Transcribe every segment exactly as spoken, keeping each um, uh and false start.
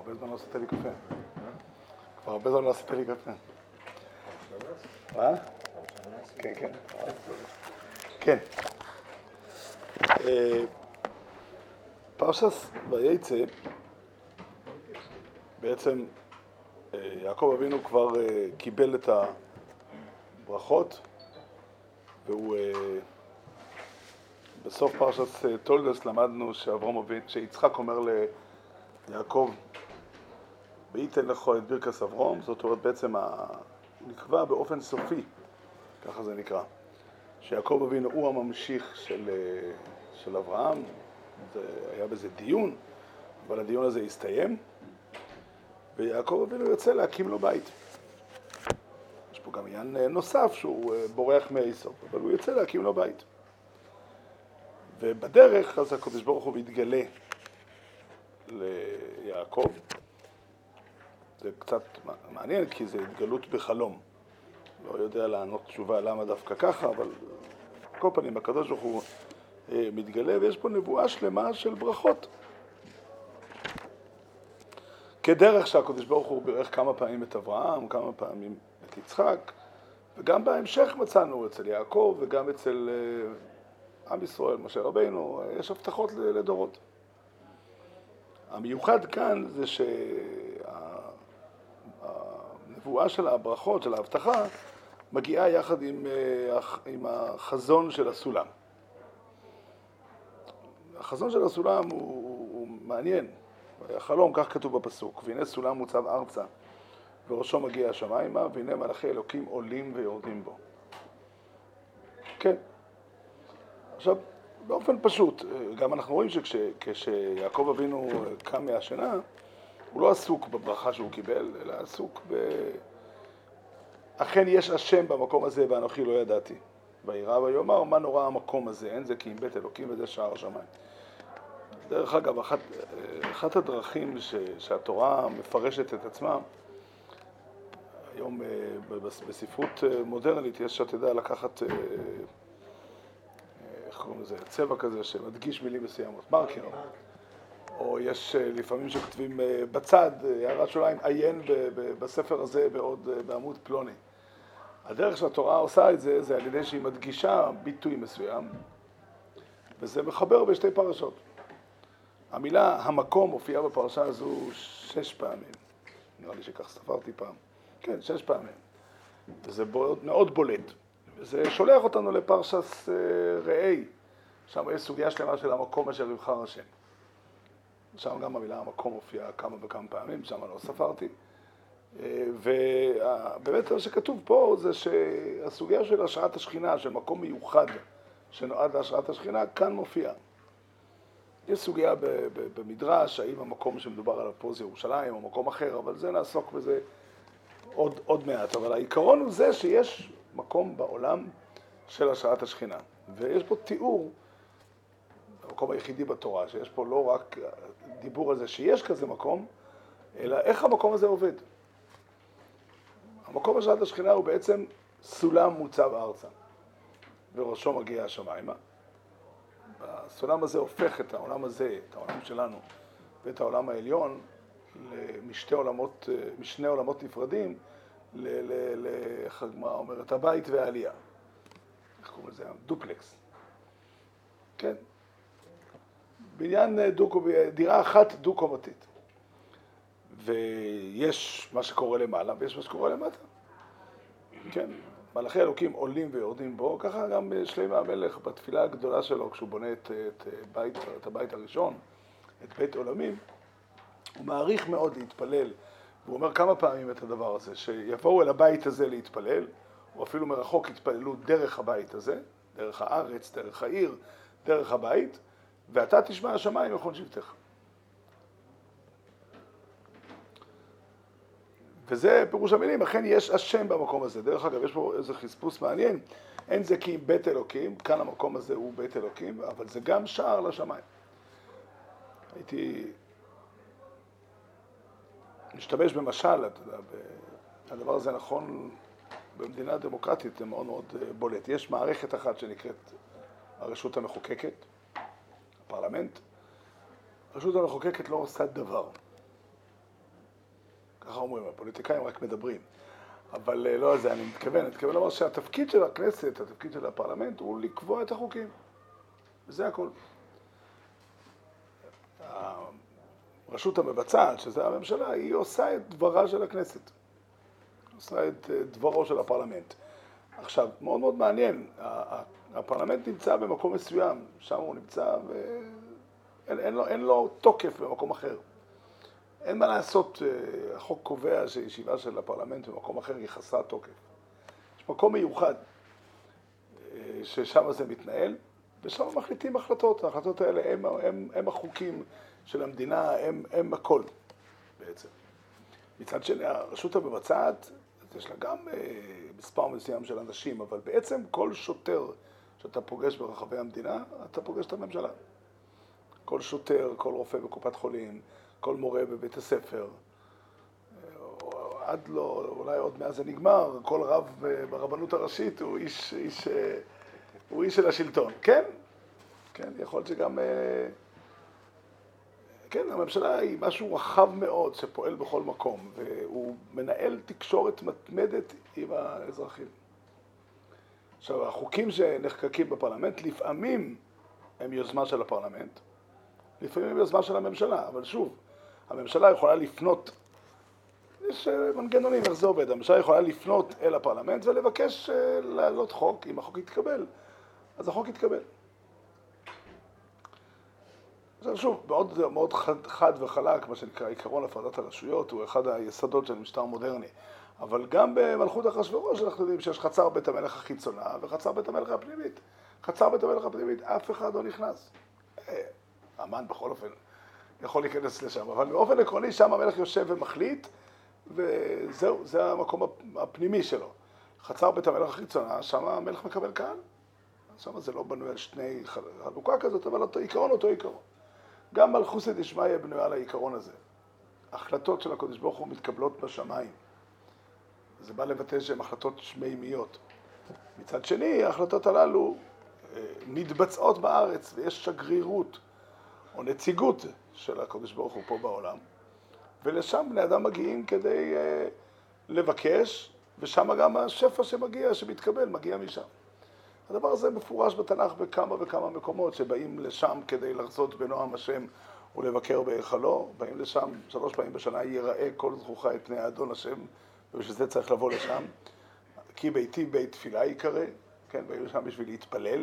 הרבה זמן לא עשית לי קפה. כבר הרבה זמן לא עשית לי קפה. מה? כן, כן. כן. פרשת ויצא, בעצם יעקב אבינו כבר קיבל את הברכות, והוא בסוף פרשת תולדס למדנו שאברהם אבינו, שיצחק אומר ליעקב, וייתן לך את ברכת אברהם, זאת אומרת בעצם נקבע באופן סופי, ככה זה נקרא, שיעקב אבינו הוא הממשיך של, של אברהם. זה היה בזה דיון, אבל הדיון הזה הסתיים, ויעקב אבינו יוצא להקים לו בית. יש פה גם עניין נוסף שהוא בורח מעשיו, אבל הוא יוצא להקים לו בית. ובדרך אז הקדוש ברוך הוא מתגלה ליעקב. זה קצת מעניין כי זה התגלות בחלום. לא יודע לענות תשובה למה דווקא ככה, אבל כל פנים הקדוש ברוך הוא מתגלה, ויש פה נבואה שלמה של ברכות. כדרך שהקדוש ברוך הוא בירך כמה פעמים את אברהם, כמה פעמים את יצחק, וגם בהמשך מצאנו אצל יעקב וגם אצל עם ישראל, משה רבינו, יש הבטחות לדורות. המיוחד כאן זה שהנבואה של הברכות, של ההבטחה, מגיעה יחד עם, עם החזון של הסולם. החזון של הסולם הוא, הוא מעניין. החלום, כך כתוב בפסוק, והנה סולם מוצב ארצה, וראשו מגיע השמיימה, והנה מלאכי אלוקים עולים ויורדים בו. כן. עכשיו, באופן פשוט, גם אנחנו רואים שכשיעקב אבינו קם מהשינה, הוא לא עסוק בברכה שהוא קיבל, אלא עסוק ב... אכן יש השם במקום הזה ואנוכי לא ידעתי. וירא ויאמר, מה נורא המקום הזה? אין זה כי אם בית אלוקים וזה שער השמיים. דרך אגב, אחת, אחת הדרכים ש, שהתורה מפרשת את עצמה, היום בספרות מודרנית יש, שאתה יודע, לקחת, איך קוראים לזה, צבע כזה שמדגיש מילים מסוימות, מרקר, או יש לפעמים שכותבים בצד, הערת שוליים, עיין בספר הזה בעוד, בעמוד פלוני. הדרך שהתורה עושה את זה, זה על ידי שהיא מדגישה ביטוי מסוים, וזה מחבר בשתי פרשות. המילה המקום הופיעה בפרשה הזו שש פעמים. נראה לי שכך ספרתי פעם. כן, שש פעמים. וזה מאוד בולט. וזה שולח אותנו לפרשת רעי. שם יש סוגיה שלמה של המקום אשר יבחר השם. שם גם המילה המקום הופיעה כמה וכמה פעמים, שם לא ספרתי. ובאמת מה שכתוב פה זה שהסוגיה של השראת השכינה, של מקום מיוחד שנועד להשראת השכינה, כאן מופיע. יש סוגיה במדרש, האם המקום שמדובר עליו פה זה ירושלים או מקום אחר, אבל זה נעסוק בזה עוד, עוד מעט. אבל העיקרון הוא זה שיש מקום בעולם של השראת השכינה. ויש פה תיאור, המקום היחידי בתורה, שיש פה לא רק דיבור על זה שיש כזה מקום, אלא איך המקום הזה עובד. המקום השראת השכינה הוא בעצם סולם מוצב ארצה, וראשו מגיע השמיימה. הסולם הזה הופך את העולם הזה, את העולם שלנו, ואת העולם העליון, משתי עולמות, משני עולמות נפרדים, איך הגמרא אומרת, הבית והעלייה. איך קוראים לזה? דופלקס. כן? בניין דו, דירה אחת דו-קומתית. ויש מה שקורה למעלה, ויש מה שקורה למטה. כן? מלאכי אלוקים עולים ויורדים בו, ככה גם שלמה המלך בתפילה הגדולה שלו, כשהוא בונה את, את, בית, את הבית הראשון, את בית עולמים, הוא מעריך מאוד להתפלל, והוא אומר כמה פעמים את הדבר הזה, שיבואו אל הבית הזה להתפלל, או אפילו מרחוק יתפללו דרך הבית הזה, דרך הארץ, דרך העיר, דרך הבית, ואתה תשמע השמיים וכל שבטך. וזה פירוש המילים, אכן יש השם במקום הזה. דרך אגב, יש פה איזה חספוס מעניין. אין זה כי בית אלוקים, כאן המקום הזה הוא בית אלוקים, אבל זה גם שער לשמיים. הייתי משתמש במשל, אתה יודע, הדבר הזה נכון במדינה דמוקרטית, זה מאוד מאוד בולט. יש מערכת אחת שנקראת הרשות המחוקקת, הפרלמנט. הרשות המחוקקת לא עושה דבר. ככה אומרים, הפוליטיקאים רק מדברים. אבל לא על זה אני מתכוון, אני מתכוון לומר שהתפקיד של הכנסת, התפקיד של הפרלמנט, הוא לקבוע את החוקים. וזה הכל. הרשות המבצעת, שזה הממשלה, היא עושה את דברה של הכנסת. עושה את דברו של הפרלמנט. עכשיו, מאוד מאוד מעניין, הפרלמנט נמצא במקום מסוים, שם הוא נמצא ואין אין לו, אין לו תוקף במקום אחר. אין מה לעשות, החוק קובע שישיבה של הפרלמנט במקום אחר היא חסרת תוקף. יש מקום מיוחד ששם זה מתנהל, ושם מחליטים החלטות. ההחלטות האלה הם, הם, הם החוקים של המדינה, הם, הם הכל בעצם. מצד שני, הרשות המבצעת, יש לה גם מספר מסוים של אנשים, אבל בעצם כל שוטר שאתה פוגש ברחבי המדינה, אתה פוגש את הממשלה. כל שוטר, כל רופא בקופת חולים, כל מורה בבית הספר, עד לא, אולי עוד מאז זה נגמר, כל רב ברבנות הראשית הוא איש, איש, הוא איש של השלטון. כן, כן, יכול להיות שגם, כן, הממשלה היא משהו רחב מאוד שפועל בכל מקום, והוא מנהל תקשורת מתמדת עם האזרחים. עכשיו, החוקים שנחקקים בפרלמנט, לפעמים הם יוזמה של הפרלמנט, לפעמים הם יוזמה של הממשלה, אבל שוב, הממשלה יכולה לפנות, יש מנגנונים איך זה עובד, הממשלה יכולה לפנות אל הפרלמנט ולבקש להעלות חוק, אם החוק יתקבל, אז החוק יתקבל. עכשיו שוב, מאוד, מאוד חד, חד וחלק, מה שנקרא עיקרון הפרדת הרשויות, הוא אחד היסודות של משטר מודרני. אבל גם במלכות אחשוורוש אנחנו יודעים שיש חצר בית המלך החיצונה וחצר בית המלך הפנימית. חצר בית המלך הפנימית, אף אחד לא נכנס. המן בכל אופן יכול להיכנס לשם, אבל באופן עקרוני שם המלך יושב ומחליט, וזהו, זה המקום הפנימי שלו. חצר בית המלך החיצונה, שם המלך מקבל קהל. שם זה לא בנוי על שני חלוקה כזאת, אבל אותו עיקרון, אותו עיקרון. גם מלכוסא דשמיא בנויה על העיקרון הזה. החלטות של הקדוש ברוך הוא מתקבלות בשמיים. זה בא לבטא שהן החלטות שמימיות. מצד שני, ההחלטות הללו מתבצעות בארץ, ויש שגרירות או נציגות של הקדוש ברוך הוא פה בעולם, ולשם בני אדם מגיעים כדי לבקש, ושם גם השפע שמגיע, שמתקבל, מגיע משם. הדבר הזה מפורש בתנ"ך בכמה וכמה מקומות שבאים לשם כדי לחזות בנועם השם ולבקר בהיכלו. באים לשם שלוש פעמים בשנה, ייראה כל זכורך את פני האדון השם, ובשביל זה צריך לבוא לשם. כי ביתי בית תפילה יקרא, כן, באים לשם בשביל להתפלל.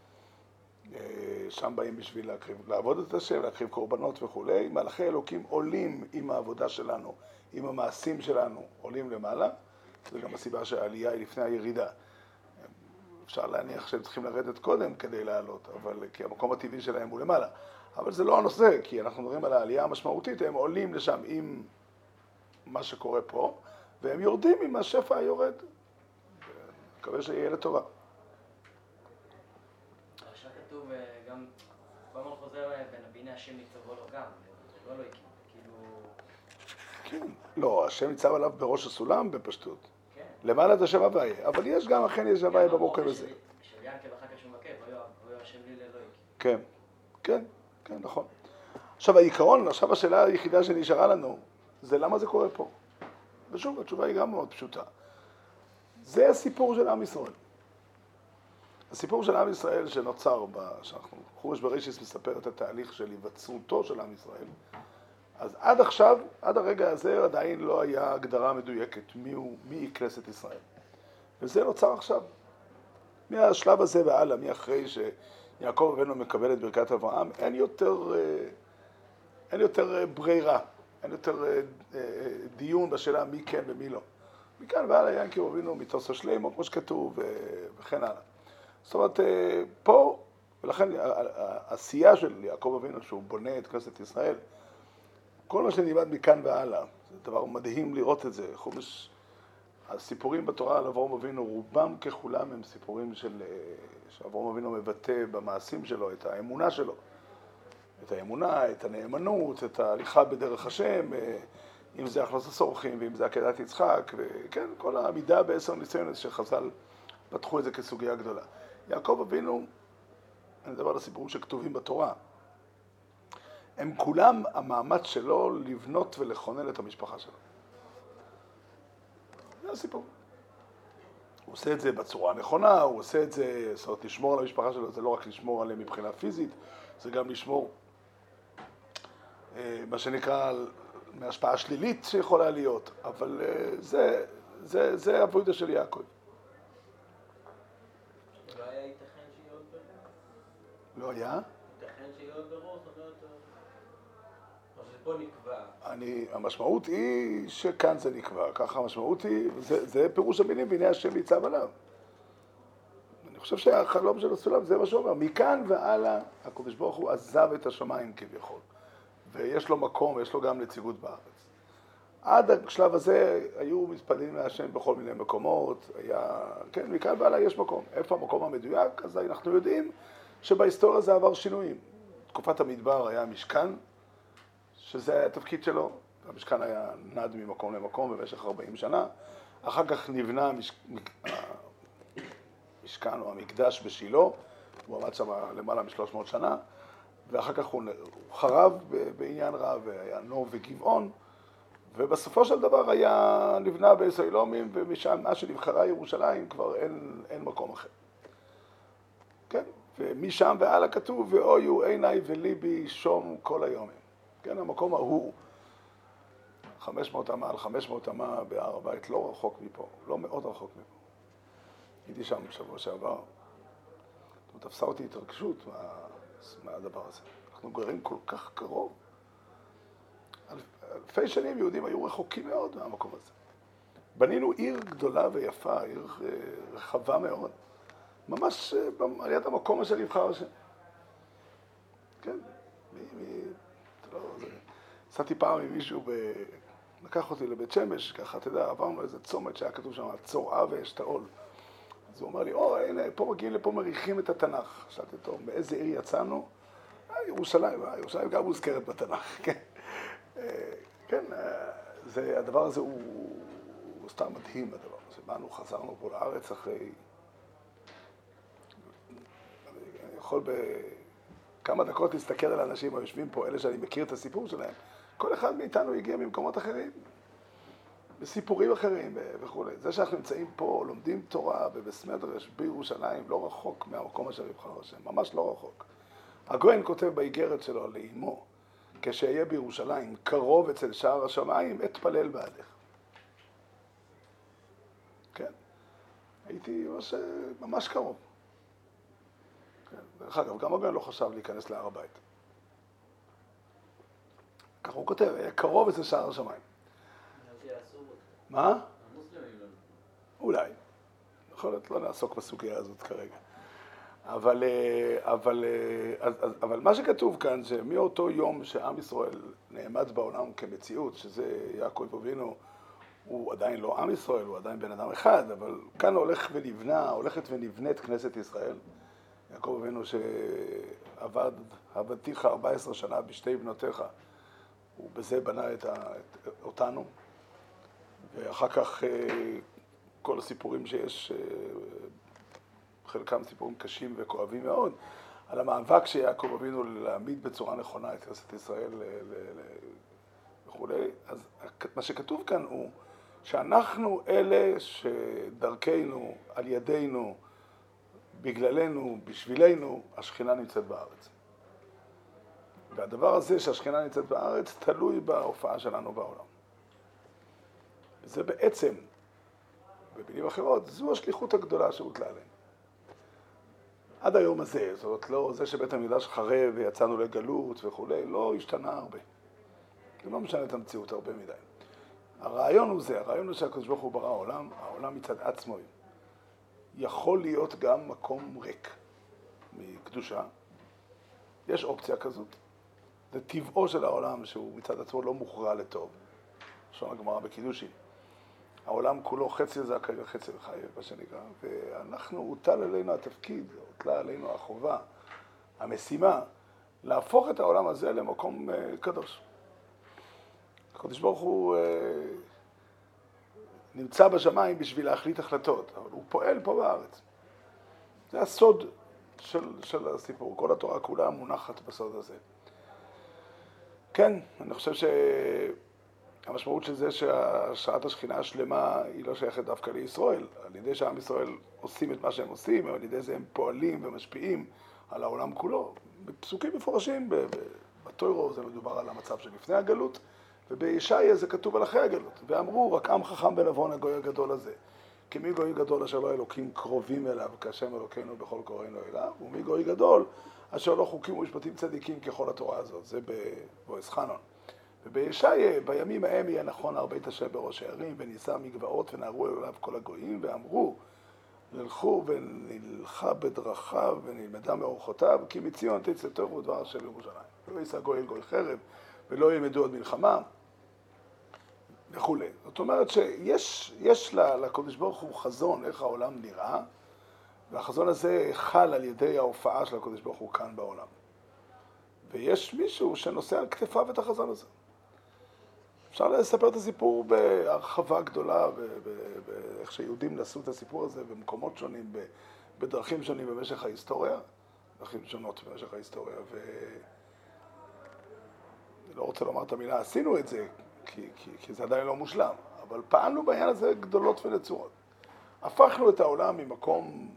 שם באים בשביל להקריב, לעבוד את השם, להקריב קורבנות וכו'. מלאכי אלוקים עולים עם העבודה שלנו, עם המעשים שלנו, עולים למעלה. זו גם הסיבה שהעלייה היא לפני הירידה. אפשר להניח שהם צריכים לרדת קודם כדי לעלות, אבל כי המקום הטבעי שלהם הוא למעלה. אבל זה לא הנושא, כי אנחנו מדברים על העלייה המשמעותית, הם עולים לשם עם מה שקורה פה, והם יורדים עם השפע היורד. מקווה שיהיה לטובה. עכשיו כתוב גם, כל הזמן חוזר בין הבינה השם ניצבו לו גם, לא לא הקים, כאילו... כן, לא, השם ניצב עליו בראש הסולם בפשטות. למעלה זה שם הוויה, אבל יש גם, אכן יש הוויה במוקר הזה. של ינקל אחר כך שהוא מקב, הוא השם לי לאלוהים. כן, כן, כן, נכון. עכשיו העיקרון, עכשיו השאלה היחידה שנשארה לנו, זה למה זה קורה פה. ושוב, התשובה היא גם מאוד פשוטה. זה הסיפור של עם ישראל. הסיפור של עם ישראל שנוצר, שאנחנו, חומש בראשיס מספר את התהליך של היווצרותו של עם ישראל, אז עד עכשיו, עד הרגע הזה, עדיין לא היה הגדרה מדויקת מי הוא, מי היא כנסת ישראל. וזה נוצר עכשיו. מהשלב הזה והלאה, מאחרי שיעקב אבינו מקבל את ברכת אברהם, אין יותר, אין יותר ברירה, אין יותר דיון בשאלה מי כן ומי לא. מכאן והלאה יעקב אבינו מיתוס השלמה, כמו שכתוב, וכן הלאה. זאת אומרת, פה, ולכן העשייה של יעקב אבינו, שהוא בונה את כנסת ישראל, כל מה שנלמד מכאן והלאה, זה דבר מדהים לראות את זה. חומש, הסיפורים בתורה על אברהם אבינו, רובם ככולם הם סיפורים של, שאברהם אבינו מבטא במעשים שלו, את האמונה שלו. את האמונה, את הנאמנות, את ההליכה בדרך השם, אם זה הכנסות סורכים ואם זה עקדת יצחק, וכן, כל העמידה בעשר ניסיון שחז"ל פתחו את זה כסוגיה גדולה. יעקב אבינו, אני מדבר על הסיפורים שכתובים בתורה, הם כולם המאמץ שלו לבנות ולכונן את המשפחה שלו. זה הסיפור. הוא עושה את זה בצורה הנכונה, הוא עושה את זה, זאת אומרת, לשמור על המשפחה שלו, זה לא רק לשמור עליהם מבחינה פיזית, זה גם לשמור, מה שנקרא, מהשפעה שלילית שיכולה להיות, אבל זה, זה, זה העבודה של יעקב. לא היה ייתכן שיהיה עוד ברור? לא היה? ייתכן שיהיה עוד ברור, זאת אומרת, או שזה פה נקבע. אני, המשמעות היא שכאן זה נקבע, ככה המשמעות היא, זה, זה פירוש המילים, והנה השם ניצב עליו. אני חושב שהחלום של הסולם זה מה שהוא אומר, מכאן והלאה הקדוש ברוך הוא עזב את השמיים כביכול, ויש לו מקום, יש לו גם נציגות בארץ. עד השלב הזה היו מתפללים להשם בכל מיני מקומות, היה, כן, מכאן והלאה יש מקום. איפה המקום המדויק? אז אנחנו יודעים שבהיסטוריה זה עבר שינויים. תקופת המדבר היה משכן, שזה היה התפקיד שלו, המשכן היה נד ממקום למקום במשך ארבעים שנה, אחר כך נבנה המש... המשכן או המקדש בשילה, הוא עמד שם למעלה משלוש מאות שנה, ואחר כך הוא חרב בעניין רב, והיה נוב וגבעון, ובסופו של דבר היה נבנה ביסוילומים, ומשם מה שנבחרה ירושלים כבר אין, אין מקום אחר. כן? ומשם והלאה כתוב, ואויו עיניי וליבי שום כל היומים. כן, המקום ההוא, חמש מאות אמה על חמש מאות אמה בהר הבית, לא רחוק מפה, לא מאוד רחוק מפה. הייתי שם בשבוע שעבר, תפסה אותי התרגשות מה, מהדבר הזה. אנחנו גרים כל כך קרוב. אלפי שנים יהודים היו רחוקים מאוד מהמקום הזה. בנינו עיר גדולה ויפה, עיר רחבה מאוד, ממש על יד המקום אשר יבחר השם. כן, מי, מי, אתה לא, זה... עשיתי פעם עם מישהו, ב... לקח אותי לבית שמש, ככה, אתה יודע, עברנו איזה צומת שהיה כתוב שם, צורעה ואשתאול. אז הוא אומר לי, או, הנה, פה מגיעים לפה מריחים את התנ"ך. שאלתי אותו, מאיזה עיר יצאנו? אה, ירושלים, ירושלים גם מוזכרת בתנ"ך, כן. כן, זה, הדבר הזה הוא, הוא סתם מדהים, הדבר הזה. באנו, חזרנו פה לארץ אחרי... אני יכול בכמה דקות להסתכל על האנשים היושבים פה, אלה שאני מכיר את הסיפור שלהם. כל אחד מאיתנו הגיע ממקומות אחרים, בסיפורים אחרים וכו'. זה שאנחנו נמצאים פה, לומדים תורה בבסמדרש בירושלים, לא רחוק מהמקום אשר יבחר השם, ממש לא רחוק. הגויין כותב באיגרת שלו לאמו, כשאהיה בירושלים, קרוב אצל שער השמיים, אתפלל בעדך. כן, הייתי ממש, ממש קרוב. כן. דרך אגב, גם הגויין לא חשב להיכנס להר הבית. ככה הוא כותב, היה קרוב אצל שער השמיים. מה? המוסלמים לא. אולי. יכול להיות, לא נעסוק בסוגיה הזאת כרגע. אבל, אבל, אבל, אבל מה שכתוב כאן זה מאותו יום שעם ישראל נעמד בעולם כמציאות, שזה יעקב אבינו, הוא עדיין לא עם ישראל, הוא עדיין בן אדם אחד, אבל כאן הולך ונבנה, הולכת ונבנית כנסת ישראל. יעקב אבינו שעבד, עבדתיך ארבע עשרה שנה בשתי בנותיך, הוא בזה בנה את, ה, את אותנו, ואחר כך כל הסיפורים שיש, חלקם סיפורים קשים וכואבים מאוד, על המאבק שיעקב אבינו להעמיד בצורה נכונה את כנסת ישראל וכו'. אז מה שכתוב כאן הוא שאנחנו אלה שדרכנו, על ידינו, בגללנו, בשבילנו, השכינה נמצאת בארץ. והדבר הזה שהשכינה נמצאת בארץ תלוי בהופעה שלנו בעולם. וזה בעצם, במילים אחרות, זו השליחות הגדולה שהוטלה עלינו. עד היום הזה, זאת אומרת, לא, זה שבית המקדש חרב ויצאנו לגלות וכו', לא השתנה הרבה. זה לא משנה את המציאות הרבה מדי. הרעיון הוא זה, הרעיון הוא שהקדוש ברוך הוא ברא העולם, העולם מצד עצמו יכול להיות גם מקום ריק מקדושה. יש אופציה כזאת. זה טבעו של העולם שהוא מצד עצמו לא מוכרע לטוב. לשון הגמרא בקידושין. העולם כולו חצי זכאי וחצי חייב, מה שנקרא, ואנחנו, הוטל עלינו התפקיד, הוטלה עלינו החובה, המשימה, להפוך את העולם הזה למקום uh, קדוש. הקדוש ברוך הוא uh, נמצא בשמיים בשביל להחליט החלטות, אבל הוא פועל פה בארץ. זה הסוד של, של הסיפור, כל התורה כולה מונחת בסוד הזה. כן, אני חושב המשמעות של זה שהשעת השכינה השלמה היא לא שייכת דווקא לישראל. על ידי שעם ישראל עושים את מה שהם עושים, על ידי זה הם פועלים ומשפיעים על העולם כולו. בפסוקים מפורשים, בתוירו זה מדובר על המצב שלפני הגלות, ובישעיה זה כתוב על אחרי הגלות. ואמרו, רק עם חכם בנבון הגוי הגדול הזה. כי מי גוי גדול אשר לא אלוקים קרובים אליו, כשם אלוקינו בכל קוראינו אליו, ומי גוי גדול אשר לא חוקים ומשפטים צדיקים ככל התורה הזאת. זה בבועז חנון. ובישעיה, בימים ההם יהיה נכון הרבה תשב בראש הערים, ונישא מגבעות ונערו אליו כל הגויים, ואמרו, נלכו ונלכה בדרכיו ונלמדה מאורחותיו, כי מציון תצא תורה ודבר של ירושלים. לא יישא גוי אל גוי חרב, ולא ילמדו עוד מלחמה, וכו'. זאת אומרת שיש יש לקדוש ברוך הוא חזון איך העולם נראה, והחזון הזה חל על ידי ההופעה של הקדוש ברוך הוא כאן בעולם. ויש מישהו שנושא על כתפיו את החזון הזה. אפשר לספר את הסיפור בהרחבה גדולה, באיך שיהודים נשאו את הסיפור הזה במקומות שונים, בדרכים שונים במשך ההיסטוריה, דרכים שונות במשך ההיסטוריה, ואני לא רוצה לומר את המילה, עשינו את זה, כי, כי, כי זה עדיין לא מושלם, אבל פעלנו בעניין הזה גדולות ונצורות. הפכנו את העולם ממקום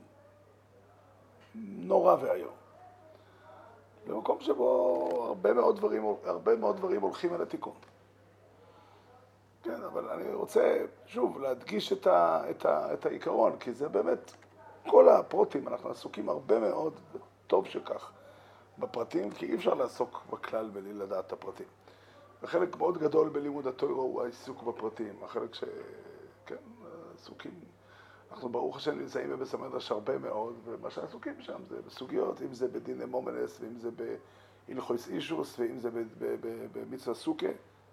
נורא והיום, למקום שבו הרבה מאוד דברים, הרבה מאוד דברים הולכים על התיקון. כן, אבל אני רוצה שוב להדגיש את, ה, את, ה, את העיקרון, כי זה באמת, כל הפרוטים, אנחנו עסוקים הרבה מאוד, טוב שכך, בפרטים, כי אי אפשר לעסוק בכלל בלי לדעת את הפרטים. וחלק מאוד גדול בלימוד התורה הוא העיסוק בפרטים, החלק ש... כן, עסוקים. אנחנו ברוך השם נמצאים בבית המדרש הרבה מאוד, ומה שעסוקים שם זה בסוגיות, אם זה בדיני מומנס, ואם זה בהלכות אישוס, ואם זה במצווה סוכה.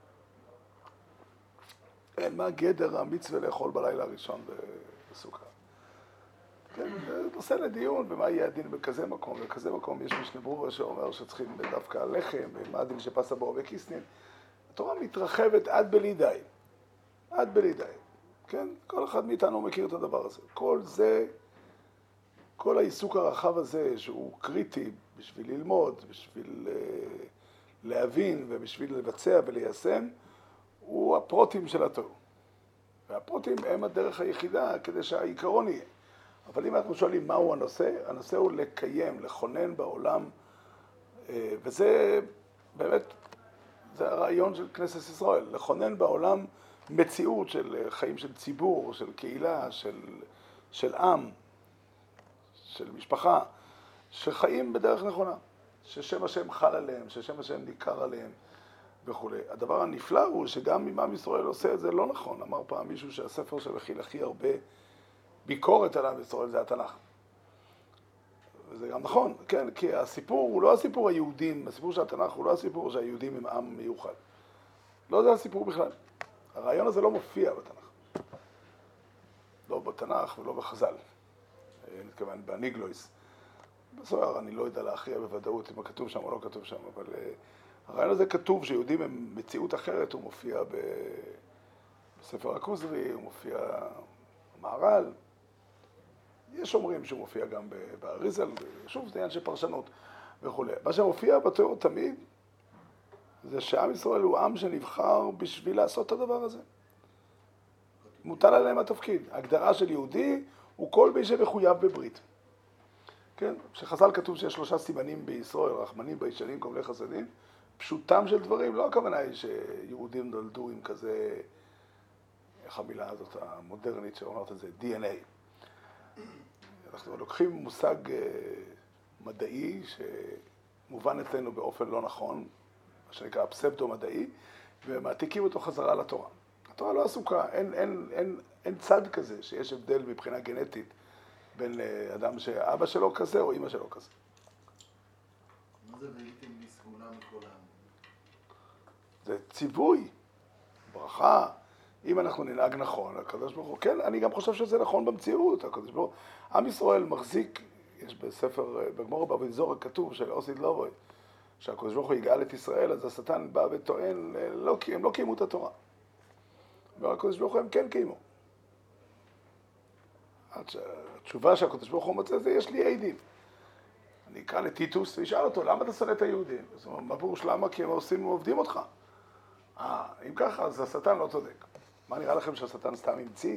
אין, מה גדר המצווה לאכול בלילה הראשון בסוכה. כן, זה נושא לדיון, ומה יהיה הדין בכזה מקום, בכזה מקום יש משנה ברורה שאומר שצריכים דווקא לחם, ומה הדין שפסה בו וקיסנין. התורה מתרחבת עד בלי די, עד בלי די. כן, כל אחד מאיתנו מכיר את הדבר הזה. כל זה, כל העיסוק הרחב הזה, שהוא קריטי בשביל ללמוד, בשביל uh, להבין ובשביל לבצע וליישם, הוא הפרוטים של התורה. והפרוטים הם הדרך היחידה כדי שהעיקרון יהיה. אבל אם אנחנו שואלים מהו הנושא, הנושא הוא לקיים, לכונן בעולם, וזה באמת, זה הרעיון של כנסת ישראל, לכונן בעולם מציאות של חיים של ציבור, של קהילה, של, של עם, של משפחה, שחיים בדרך נכונה, ששם השם חל עליהם, ששם השם ניכר עליהם וכו'. הדבר הנפלא הוא שגם אם עם ישראל עושה את זה לא נכון. אמר פעם מישהו שהספר שמכיל הכי הרבה ביקורת על עם ישראל זה התנ"ך. וזה גם נכון, כן, כי הסיפור הוא לא הסיפור היהודים, הסיפור של התנ"ך הוא לא הסיפור שהיהודים הם עם מיוחד. לא זה הסיפור בכלל. הרעיון הזה לא מופיע בתנ"ך. לא בתנ"ך ולא בחז"ל. אני מתכוון באניגלויס. בסוהר אני לא יודע להכריע בוודאות אם כתוב שם או לא כתוב שם, אבל הרעיון הזה כתוב שיהודים הם מציאות אחרת, הוא מופיע בספר הכוזרי, הוא מופיע במהר"ל. יש אומרים שהוא מופיע גם באריזל, שוב זה עניין של פרשנות וכו'. מה שמופיע בתורה תמיד זה שעם ישראל הוא עם שנבחר בשביל לעשות את הדבר הזה. מוטל עליהם התפקיד. ההגדרה של יהודי הוא כל מי שמחויב בברית. כן? כשחז"ל כתוב שיש שלושה סימנים בישראל, רחמנים, ביישנים, גומלי חסדים, פשוטם של דברים, לא הכוונה היא שיהודים נולדו עם כזה, איך המילה הזאת המודרנית שאומרת את זה, די אן איי. אנחנו לוקחים מושג מדעי שמובן אצלנו באופן לא נכון, מה שנקרא פסבדו-מדעי, ומעתיקים אותו חזרה לתורה. התורה לא עסוקה, אין, אין, אין, אין צד כזה שיש הבדל מבחינה גנטית בין אדם שאבא שלו כזה או אמא שלו כזה. מה זה והייתם לי סגולה מכל העם? זה ציווי, ברכה. אם אנחנו ננהג נכון, הקדוש ברוך הוא, כן, אני גם חושב שזה נכון במציאות, הקדוש ברוך הוא, עם ישראל מחזיק, יש בספר, בגמרא בבא בתרא כתוב של אוסיד לובוי, שהקדוש ברוך הוא יגאל את ישראל, אז השטן בא וטוען, לא, הם לא קיימו את התורה. והקדוש ברוך הוא הם כן קיימו. התשובה שהקדוש ברוך הוא מוצא זה, יש לי עדים. אני אקרא לטיטוס וישאל אותו, למה אתה שונא את היהודים? זאת אומרת, מה פירוש למה? כי הם עושים, עובדים אותך. אה, אם ככה, אז השטן לא צודק. מה נראה לכם שהשטן סתם המציא?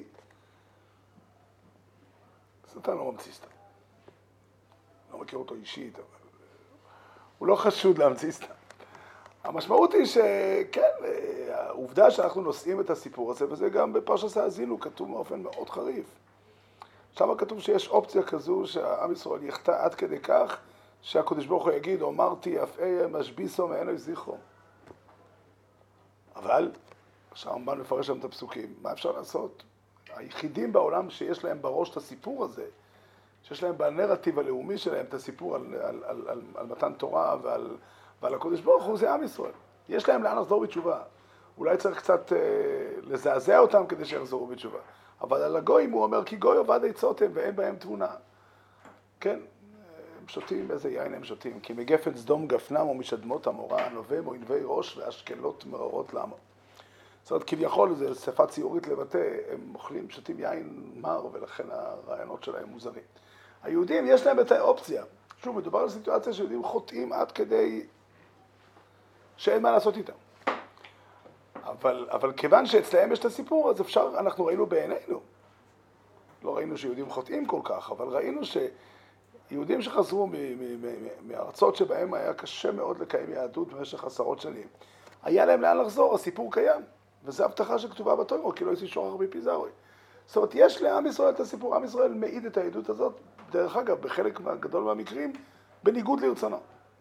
השטן לא ממציא סתם. לא מכיר אותו אישית, אבל הוא לא חשוד להמציא סתם. המשמעות היא שכן, העובדה שאנחנו נושאים את הסיפור הזה, וזה גם בפרשת האזינו, כתוב באופן מאוד חריף. שם כתוב שיש אופציה כזו שהעם ישראל יחטא עד כדי כך, שהקדוש ברוך הוא יגיד, אמרתי, אף איה משביסו מעיני זכרו. אבל, שהרמב"ן מפרש שם את הפסוקים, מה אפשר לעשות? היחידים בעולם שיש להם בראש את הסיפור הזה, שיש להם בנרטיב הלאומי שלהם את הסיפור על, על, על, על, על מתן תורה ועל, ועל הקדוש ברוך הוא, זה עם ישראל. יש להם לאן לחזור בתשובה. אולי צריך קצת אה, לזעזע אותם כדי שיחזרו בתשובה. אבל על הגויים הוא אומר, כי גוי עובד עצות הם ואין בהם תבונה. כן, הם שותים, איזה יין הם שותים? כי מגפן סדום גפנם או משדמות המורה, נובם או ענבי ראש ואשקלות מררות לעמו. זאת אומרת, כביכול זה שפה ציורית לבטא, הם אוכלים, שותים יין מר ולכן הרעיונות שלהם מוזרים. היהודים יש להם את האופציה. שוב, מדובר על סיטואציה שיהודים חוטאים עד כדי שאין מה לעשות איתם. אבל, אבל כיוון שאצלהם יש את הסיפור, אז אפשר, אנחנו ראינו בעינינו. לא ראינו שיהודים חוטאים כל כך, אבל ראינו שיהודים שחזרו מארצות שבהם היה קשה מאוד לקיים יהדות במשך עשרות שנים, היה להם לאן לחזור, הסיפור קיים. וזו הבטחה שכתובה בתורה, כי לא יש שורח מפי זרעי. זאת אומרת, יש לעם ישראל את הסיפור, עם ישראל מעיד את העדות הזאת, דרך אגב, בחלק גדול מהמקרים, בניגוד לרצונו.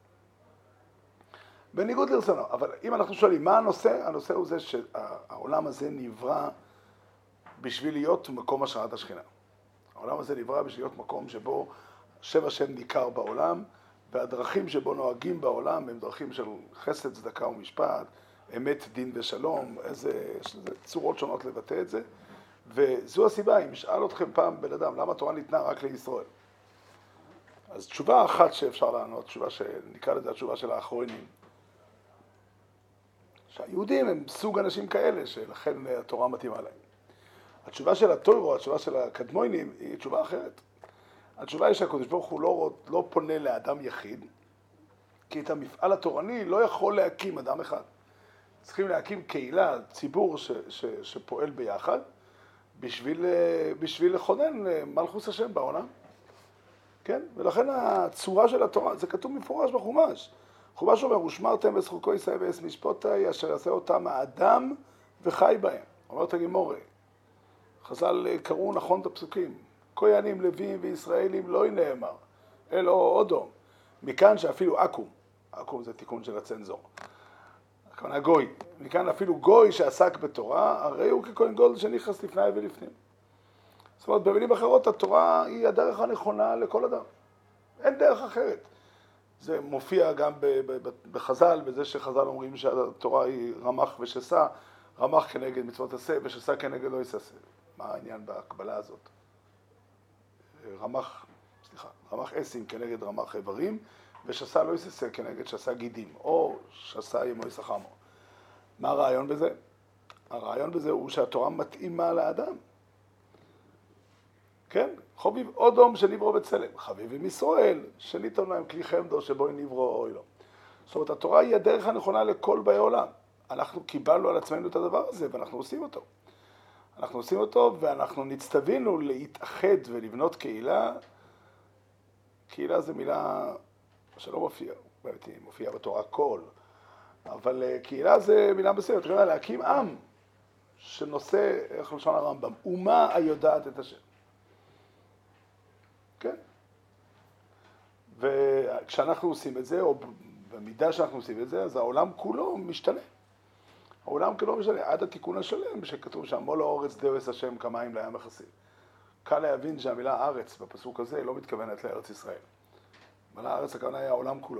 בניגוד לרצונו. אבל אם אנחנו שואלים, מה הנושא? הנושא הוא זה שהעולם הזה נברא בשביל להיות מקום השראת השכינה. העולם הזה נברא בשביל להיות מקום שבו שם השם ניכר בעולם, והדרכים שבו נוהגים בעולם הם דרכים של חסד, צדקה ומשפט, אמת, דין ושלום, איזה צורות שונות לבטא את זה. וזו הסיבה, אם שאל אתכם פעם בן אדם, למה התורה ניתנה רק לישראל? אז תשובה אחת שאפשר לענות, תשובה שנקרא לזה התשובה של האחרונים, שהיהודים הם סוג אנשים כאלה, שלכן התורה מתאימה להם. התשובה של התורה, התשובה של הקדמונים, היא תשובה אחרת. התשובה היא שהקדוש ברוך הוא לא, לא פונה לאדם יחיד, כי את המפעל התורני לא יכול להקים אדם אחד. צריכים להקים קהילה, ציבור ש, ש, שפועל ביחד, בשביל, בשביל לכונן מלכות השם בעולם. כן? ולכן הצורה של התורה, זה כתוב מפורש בחומש. חומש אומר, ושמרתם ושחוקו ישראל ואס משפוטי, אשר יעשה אותם האדם וחי בהם. אומרת הגימורה, חז"ל קראו נכון את הפסוקים, כהנים, לוויים וישראלים לא נאמר, אלא אודום. מכאן שאפילו עקום, עקום זה תיקון של הצנזור. הכוונה גוי, מכאן אפילו גוי שעסק בתורה, הרי הוא ככהן גדול שנכנס לפני ולפנים. זאת אומרת, במילים אחרות, התורה היא הדרך הנכונה לכל אדם. אין דרך אחרת. זה מופיע גם בחז"ל, בזה שחז"ל אומרים שהתורה היא רמ"ח ושס"ה, רמ"ח כנגד מצוות עשה ושס"ה כנגד לא יססה. מה העניין בהקבלה הזאת? רמ"ח, סליחה, רמ"ח עשים כנגד רמ"ח איברים, ושס"ה לא יססה כנגד שס"ה גידים, או שס"ה ימו יסחמו. מה הרעיון בזה? הרעיון בזה הוא שהתורה מתאימה לאדם. כן? חוביב אודום שנברו בצלם, חביב עם ישראל, שניתן להם כלי חמדו שבו נברו אוי לו. זאת אומרת, התורה היא הדרך הנכונה לכל באי עולם. אנחנו קיבלנו על עצמנו את הדבר הזה, ואנחנו עושים אותו. אנחנו עושים אותו, ואנחנו נצטווינו להתאחד ולבנות קהילה. קהילה זה מילה שלא מופיע, באמת היא מופיעה בתורה כל, אבל קהילה זה מילה מסוימת, תראה, להקים עם שנושא, איך לשון הרמב"ם, אומה היודעת את השם. כן? וכשאנחנו עושים את זה, או במידה שאנחנו עושים את זה, אז העולם כולו משתנה. העולם כולו משתנה, עד התיקון השלם, שכתוב שם, מול האורץ דאוס השם כמים לים מכסים. קל להבין שהמילה ארץ בפסוק הזה לא מתכוונת לארץ ישראל. המילה הארץ הכוונה היה העולם כולו.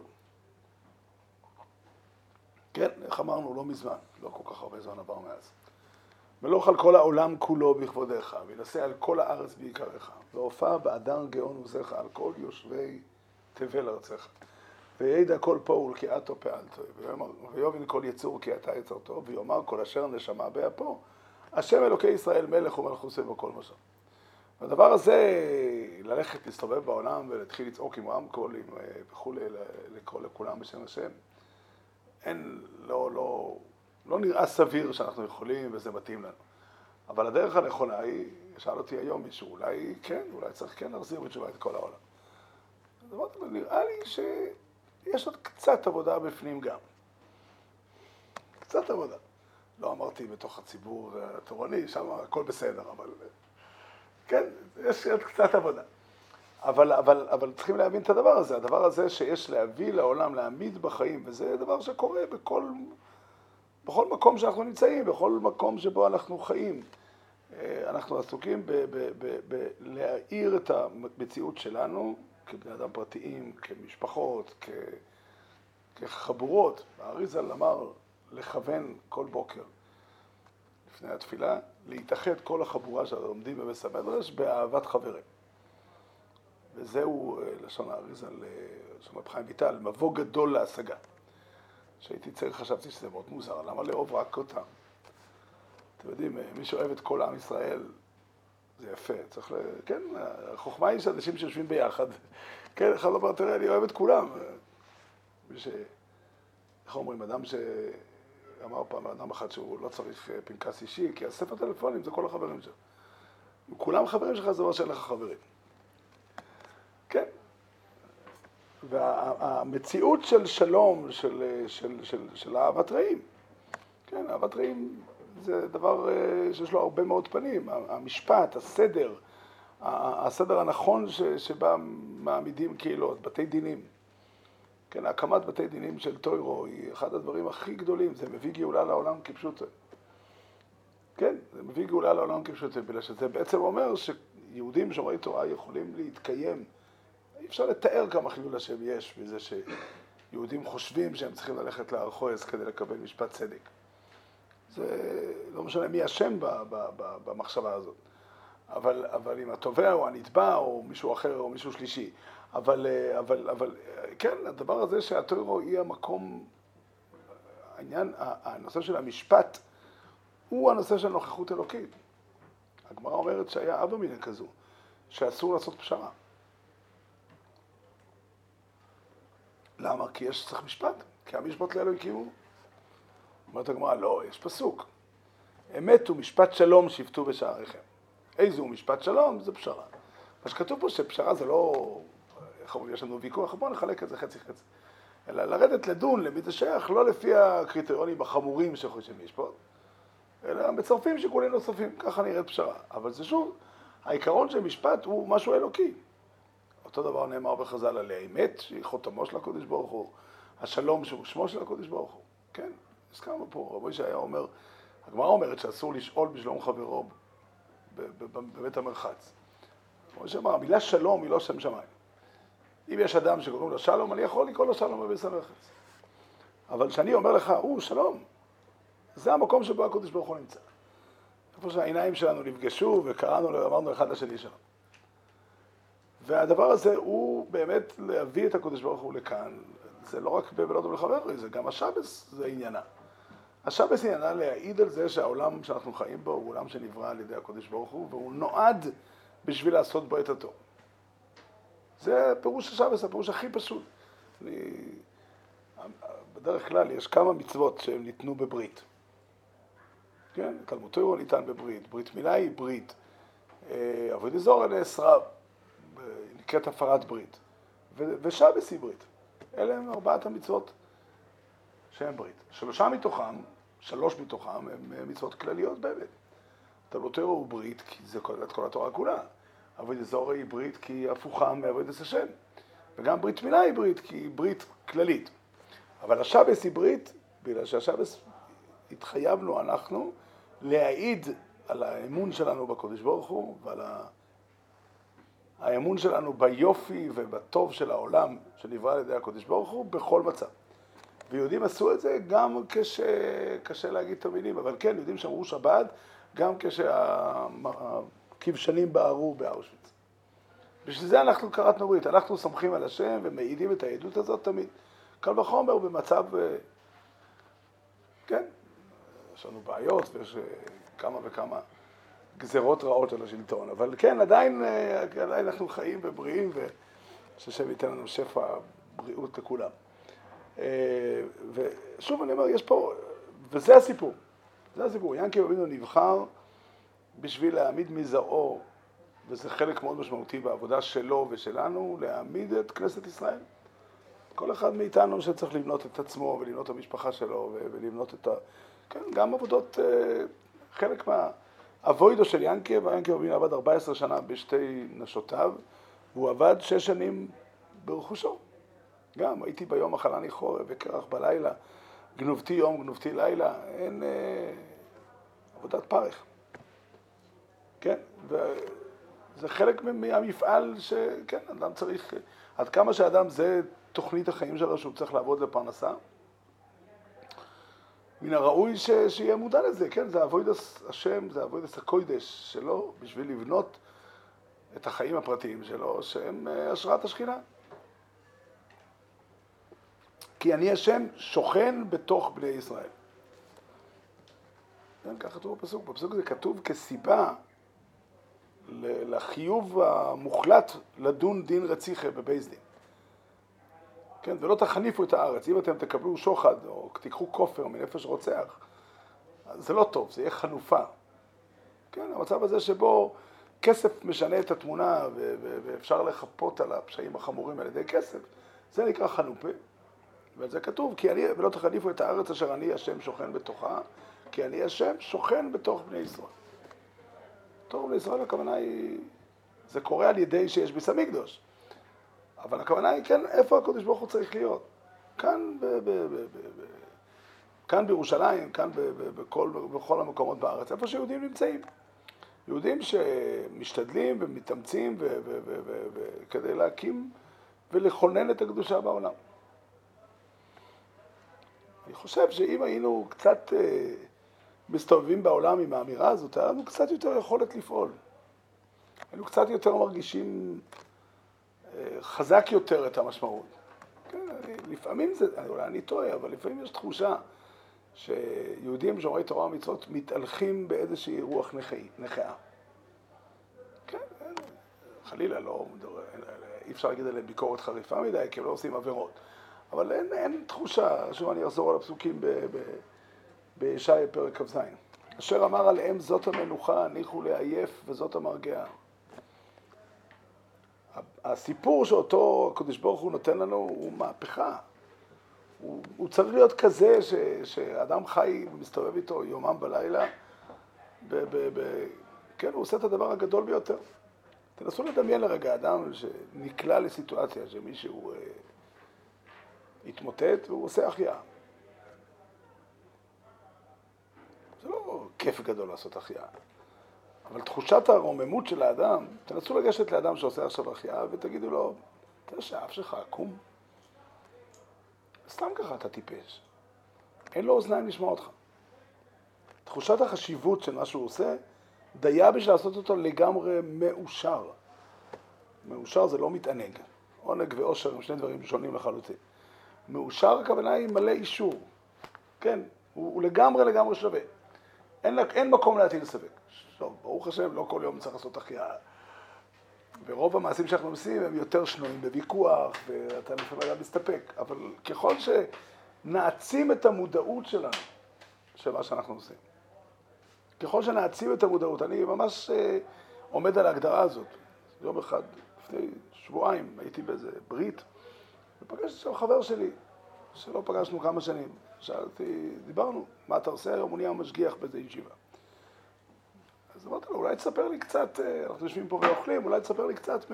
כן, איך אמרנו, לא מזמן, לא כל כך הרבה זמן עבר מאז. מלוך על כל העולם כולו בכבודיך, וינשא על כל הארץ בעיקריך, והופע באדר גאון עוזיך על כל יושבי תבל ארצך. וידע כל פועל כי אתו פעלתו, ויובין כל יצור כי אתה יצרתו, ויאמר כל אשר נשמה באפו, השם אלוקי ישראל מלך ומלכוסה בכל משל. והדבר הזה, ללכת, להסתובב בעולם ולהתחיל לצעוק עם רמקולים וכו', לקרוא לכולם בשם השם, אין, לא, לא, לא לא נראה סביר שאנחנו יכולים וזה מתאים לנו. אבל הדרך הנכונה היא, שאל אותי היום מישהו, אולי כן, אולי צריך כן להחזיר בתשובה את כל העולם. אז אמרתי לו, נראה לי שיש עוד קצת עבודה בפנים גם. קצת עבודה. לא אמרתי בתוך הציבור התורני, שם הכל בסדר, אבל כן, יש עוד קצת עבודה. אבל, אבל, אבל צריכים להבין את הדבר הזה, הדבר הזה שיש להביא לעולם, להעמיד בחיים, וזה דבר שקורה בכל, בכל מקום שאנחנו נמצאים, בכל מקום שבו אנחנו חיים. אנחנו עסוקים בלהאיר את המציאות שלנו כבני אדם פרטיים, כמשפחות, כ, כחבורות. האריז"ל אמר לכוון כל בוקר לפני התפילה, להתאחד כל החבורה שלומדים בבית המדרש באהבת חברים. וזהו לשון האריז"ל, לשון רב חיים ויטל, מבוא גדול להשגה. כשהייתי צעיר חשבתי שזה מאוד מוזר, למה לאהוב רק אותם? אתם יודעים, מי שאוהב את כל עם ישראל, זה יפה, צריך ל... כן, החוכמה היא שאנשים שיושבים ביחד, כן, אחד אומר, תראה, אני אוהב את כולם. מי ש... איך אומרים, אדם ש... אמר פעם, אדם אחד שהוא לא צריך פנקס אישי, כי הספר טלפונים זה כל החברים שלו. אם כולם חברים שלך, זה אומר שאין לך חברים. כן. והמציאות של שלום, של, של, של, של אהבת רעים, כן, אהבת רעים זה דבר שיש לו הרבה מאוד פנים. המשפט, הסדר, הסדר הנכון ש, שבה מעמידים קהילות, בתי דינים. כן, הקמת בתי דינים של טוירו היא אחד הדברים הכי גדולים, זה מביא גאולה לעולם כפשוטו. כן, זה מביא גאולה לעולם כפשוטו, בגלל שזה בעצם אומר שיהודים שומרי תורה יכולים להתקיים. אי אפשר לתאר כמה חילול השם יש בזה שיהודים חושבים שהם צריכים ללכת לארכויס כדי לקבל משפט צדק. זה לא משנה מי אשם במחשבה הזאת. אבל, אבל אם התובע או הנתבע או מישהו אחר או מישהו שלישי, אבל, אבל, אבל, כן, הדבר הזה שהטוירו היא המקום, העניין, הנושא של המשפט, הוא הנושא של נוכחות אלוקית. הגמרא אומרת שהיה אבא מינה כזו, שאסור לעשות פשרה. למה? כי יש צריך משפט, כי המשפט לאלו הקימו. אומרת הגמרא, לא, יש פסוק. אמת הוא משפט שלום שפטו בשעריכם. איזו משפט שלום? זה פשרה. מה שכתוב פה שפשרה זה לא, איך אומרים, יש לנו ויכוח, בואו נחלק את זה חצי חצי. אלא לרדת לדון למי זה שייך, לא לפי הקריטריונים החמורים שחושבים לשפוט, אלא מצרפים שיקולים נוספים, ככה נראית פשרה. אבל זה שוב, העיקרון של משפט הוא משהו אלוקי. אותו דבר נאמר בחז"ל על האמת, שהיא חותמו של הקודש ברוך הוא, השלום שהוא שמו של הקודש ברוך הוא. כן, הזכרנו פה, רבי שהיה אומר, הגמרא אומרת שאסור לשאול בשלום חברו בבית המרחץ. כמו שאמר, המילה שלום היא לא שם שמיים. אם יש אדם שקוראים לו שלום, אני יכול לקרוא לו שלום בבית המרחץ. אבל כשאני אומר לך, הוא שלום, זה המקום שבו הקודש ברוך הוא נמצא. איפה שהעיניים שלנו נפגשו וקראנו, אמרנו אחד לשני שלום. והדבר הזה הוא באמת להביא את הקודש ברוך הוא לכאן. זה לא רק בבלות ולחבר, זה גם השבס, זה עניינה. השבס עניינה להעיד על זה שהעולם שאנחנו חיים בו הוא עולם שנברא על ידי הקודש ברוך הוא, והוא נועד בשביל לעשות בו את הטוב. זה פירוש השבס, הפירוש הכי פשוט. אני... בדרך כלל יש כמה מצוות שהם ניתנו בברית. כן, תלמוד תורה ניתן בברית, ברית מילה היא ברית. עבודת זרה נאסרה, נקראת הפרת ברית. ושבס היא ברית. אלה הם ארבעת המצוות שהן ברית. שלושה מתוכם, שלוש מתוכם, הם מצוות כלליות באמת. תלמוד תורה הוא ברית כי זה כולל את כל התורה כולה. עבודת זרה היא ברית כי היא הפוכה מעבודת השם. וגם ברית מילה היא ברית כי היא ברית כללית. אבל השבס היא ברית, בגלל שהשבס התחייבנו אנחנו להעיד על האמון שלנו בקודש ברוך הוא ועל האמון שלנו ביופי ובטוב של העולם שנברא על ידי הקודש ברוך הוא בכל מצב. ויהודים עשו את זה גם כשקשה להגיד את המילים, אבל כן, יהודים שמרו שבת גם כשהכבשנים בערו באושוויץ. בשביל זה אנחנו קראתנו ברית, אנחנו סומכים על השם ומעידים את העדות הזאת תמיד. קל וחומר במצב, כן, יש לנו בעיות ויש כמה וכמה גזרות רעות על השלטון, אבל כן, עדיין, עדיין אנחנו חיים ובריאים ושהשם ייתן לנו שפע בריאות לכולם. ושוב אני אומר, יש פה, וזה הסיפור. זה הסיפור. ינקי אבינו נבחר בשביל להעמיד מזרעו, וזה חלק מאוד משמעותי בעבודה שלו ושלנו, להעמיד את כנסת ישראל. כל אחד מאיתנו שצריך לבנות את עצמו ולבנות את המשפחה שלו ולבנות את ה... כן, גם עבודות, חלק מהאבוידו של ינקי, וינקי אבינו עבד ארבע עשרה שנה בשתי נשותיו, והוא עבד שש שנים ברכושו. גם הייתי ביום מחלני חורף וקרח בלילה, גנובתי יום, גנובתי לילה, אין אה, עבודת פרך. כן, וזה חלק מהמפעל שכן, אדם צריך, עד כמה שאדם זה תוכנית החיים שלו שהוא צריך לעבוד לפרנסה, מן הראוי ש, שיהיה מודע לזה, כן, זה אבוידס השם, זה אבוידס הקוידש שלו, בשביל לבנות את החיים הפרטיים שלו, שהם השראת השכינה. כי אני השם שוכן בתוך בני ישראל. כן, ככה כתוב בפסוק. בפסוק זה כתוב כסיבה לחיוב המוחלט לדון דין רציחה בבייס דין. כן, ולא תחניפו את הארץ. אם אתם תקבלו שוחד או תיקחו כופר מנפש רוצח, זה לא טוב, זה יהיה חנופה. כן, המצב הזה שבו כסף משנה את התמונה ואפשר לחפות על הפשעים החמורים על ידי כסף, זה נקרא חנופה. ועל זה כתוב, כי אני, ולא תחניפו את הארץ אשר אני השם שוכן בתוכה, כי אני השם שוכן בתוך בני ישראל. בתוך בני ישראל הכוונה היא, זה קורה על ידי שיש ביס המקדוש. אבל הכוונה היא, כן, איפה הקדוש ברוך הוא צריך להיות? כאן, ב, ב, ב, ב, ב, כאן בירושלים, כאן ב, ב, בכל, בכל המקומות בארץ, איפה שיהודים נמצאים. יהודים שמשתדלים ומתאמצים ו, ו, ו, ו, ו, ו, כדי להקים ולכונן את הקדושה בעולם. אני חושב שאם היינו קצת אה, מסתובבים בעולם עם האמירה הזאת, היה לנו קצת יותר יכולת לפעול. היינו קצת יותר מרגישים אה, חזק יותר את המשמעות. כן, אני, לפעמים זה, אולי אני טועה, אבל לפעמים יש תחושה שיהודים שומרי תורה ומצוות מתהלכים באיזושהי רוח נחאה. כן, חלילה לא, אי אפשר להגיד עליהם ביקורת חריפה מדי, כי הם לא עושים עבירות. אבל אין, אין תחושה, שוב אני אחזור על הפסוקים בישעיה פרק כ"ז. אשר אמר עליהם זאת המנוחה, הניחו לעייף וזאת המרגעה. הסיפור שאותו הקדוש ברוך הוא נותן לנו הוא מהפכה. הוא, הוא צריך להיות כזה ש, שאדם חי ומסתובב איתו יומם בלילה, ב, ב, ב, כן, הוא עושה את הדבר הגדול ביותר. תנסו לדמיין לרגע אדם שנקלע לסיטואציה שמישהו אה, התמוטט והוא עושה החייאה. זה לא כיף גדול לעשות החייאה. אבל תחושת הרוממות של האדם, תנסו לגשת לאדם שעושה עכשיו החייאה ותגידו לו, אתה שהאף שלך עקום? סתם ככה אתה טיפש. אין לו אוזניים לשמוע אותך. תחושת החשיבות של מה שהוא עושה, דיה בשביל לעשות אותו לגמרי מאושר. מאושר זה לא מתענג. עונג ואושר הם שני דברים שונים לחלוטין. מאושר הכוונה היא מלא אישור. כן, הוא, הוא לגמרי לגמרי שווה. אין, אין מקום להטיל ספק. טוב, ברוך השם, לא כל יום צריך לעשות החייאה. ורוב המעשים שאנחנו עושים הם יותר שנויים בוויכוח, ואתה לפעמים גם מסתפק. אבל ככל שנעצים את המודעות שלנו, של מה שאנחנו עושים, ככל שנעצים את המודעות, אני ממש אה, עומד על ההגדרה הזאת. יום אחד, לפני שבועיים, הייתי באיזה ברית, ופגשתי שם חבר שלי, שלא פגשנו כמה שנים. שאלתי, דיברנו, מה אתה עושה היום? הוא נהיה משגיח באיזה ישיבה. אז אמרתי לו, אולי תספר לי קצת, אנחנו יושבים פה ואוכלים, אולי תספר לי קצת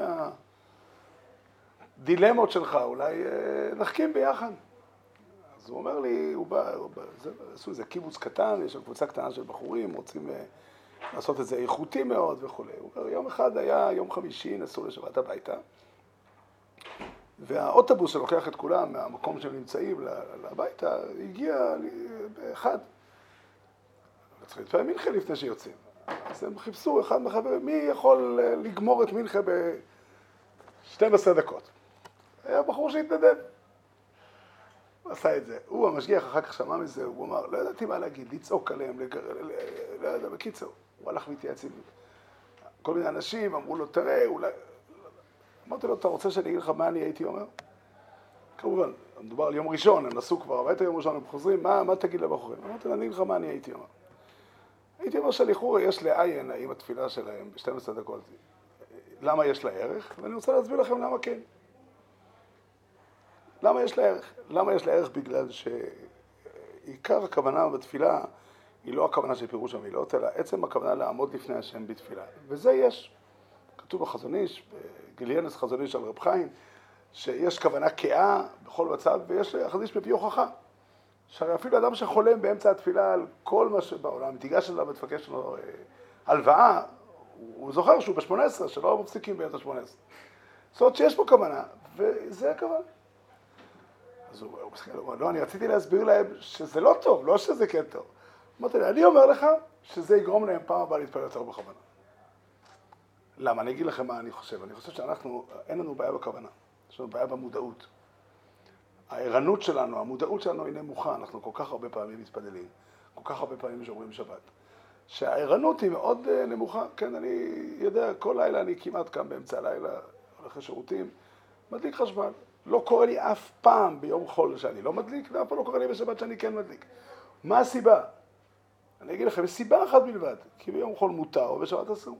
מהדילמות שלך, אולי נחכים ביחד. אז הוא אומר לי, הוא בא, הוא בא זה, עשו איזה קיבוץ קטן, יש שם קבוצה קטנה של בחורים, רוצים לעשות את זה איכותי מאוד וכו'. הוא אומר, יום אחד היה יום חמישי, נסעו לשבת הביתה, והאוטובוס שלוקח את כולם מהמקום שהם נמצאים לביתה, הגיע באחד. צריכים להתפעל מנחה לפני שיוצאים. אז הם חיפשו אחד מחברים, מי יכול לגמור את מנחה ב-שתים עשרה דקות? היה בחור שהתנדב. הוא עשה את זה. הוא המשגיח אחר כך שמע מזה, הוא אמר, לא ידעתי מה להגיד, לצעוק עליהם, לא יודע, בקיצור. הוא הלך להתייעץ עם כל מיני אנשים, אמרו לו, תראה, אולי... אמרתי לו, אתה רוצה שאני אגיד לך מה אני הייתי אומר? כמובן, מדובר על יום ראשון, הם נסעו כבר הביתה יום ראשון, הם חוזרים, מה, מה תגיד לבחורים? אמרתי, אני אגיד לך מה אני הייתי אומר. הייתי אומר שלכאורה יש לעיין האם התפילה שלהם ב-שתים עשרה דקות, למה יש לה ערך? ואני רוצה להסביר לכם למה כן. למה יש לה ערך? למה יש לה ערך? בגלל שעיקר הכוונה בתפילה היא לא הכוונה של פירוש המילות, אלא עצם הכוונה לעמוד לפני השם בתפילה. וזה יש. כתוב בחזון איש, בגיליינס חזון איש על רב חיים, שיש כוונה כאה בכל מצב, ויש חזון איש מביא הוכחה. שהרי אפילו אדם שחולם באמצע התפילה על כל מה שבעולם, תיגש אליו ותבקש לו הלוואה, הוא זוכר שהוא ב-שמונה עשרה, שלא מפסיקים באמצע שמונה עשרה. זאת אומרת שיש פה כוונה, וזה הכוונה. אז הוא אומר, לא, אני רציתי להסביר להם שזה לא טוב, לא שזה כן טוב. אמרתי לי, אני אומר לך שזה יגרום להם פעם הבאה להתפלל יותר בכוונה. למה? אני אגיד לכם מה אני חושב. אני חושב שאנחנו, אין לנו בעיה בכוונה. יש לנו בעיה במודעות. הערנות שלנו, המודעות שלנו היא נמוכה. אנחנו כל כך הרבה פעמים מתפללים, כל כך הרבה פעמים שומרים שבת. שהערנות היא מאוד נמוכה. כן, אני יודע, כל לילה אני כמעט קם באמצע הלילה, הולך לשירותים, מדליק חשמל. לא קורה לי אף פעם ביום חול שאני לא מדליק, ואף פעם לא קורה לי בשבת שאני כן מדליק. מה הסיבה? אני אגיד לכם, סיבה אחת בלבד, כי ביום חול מותר ובשבת אסור.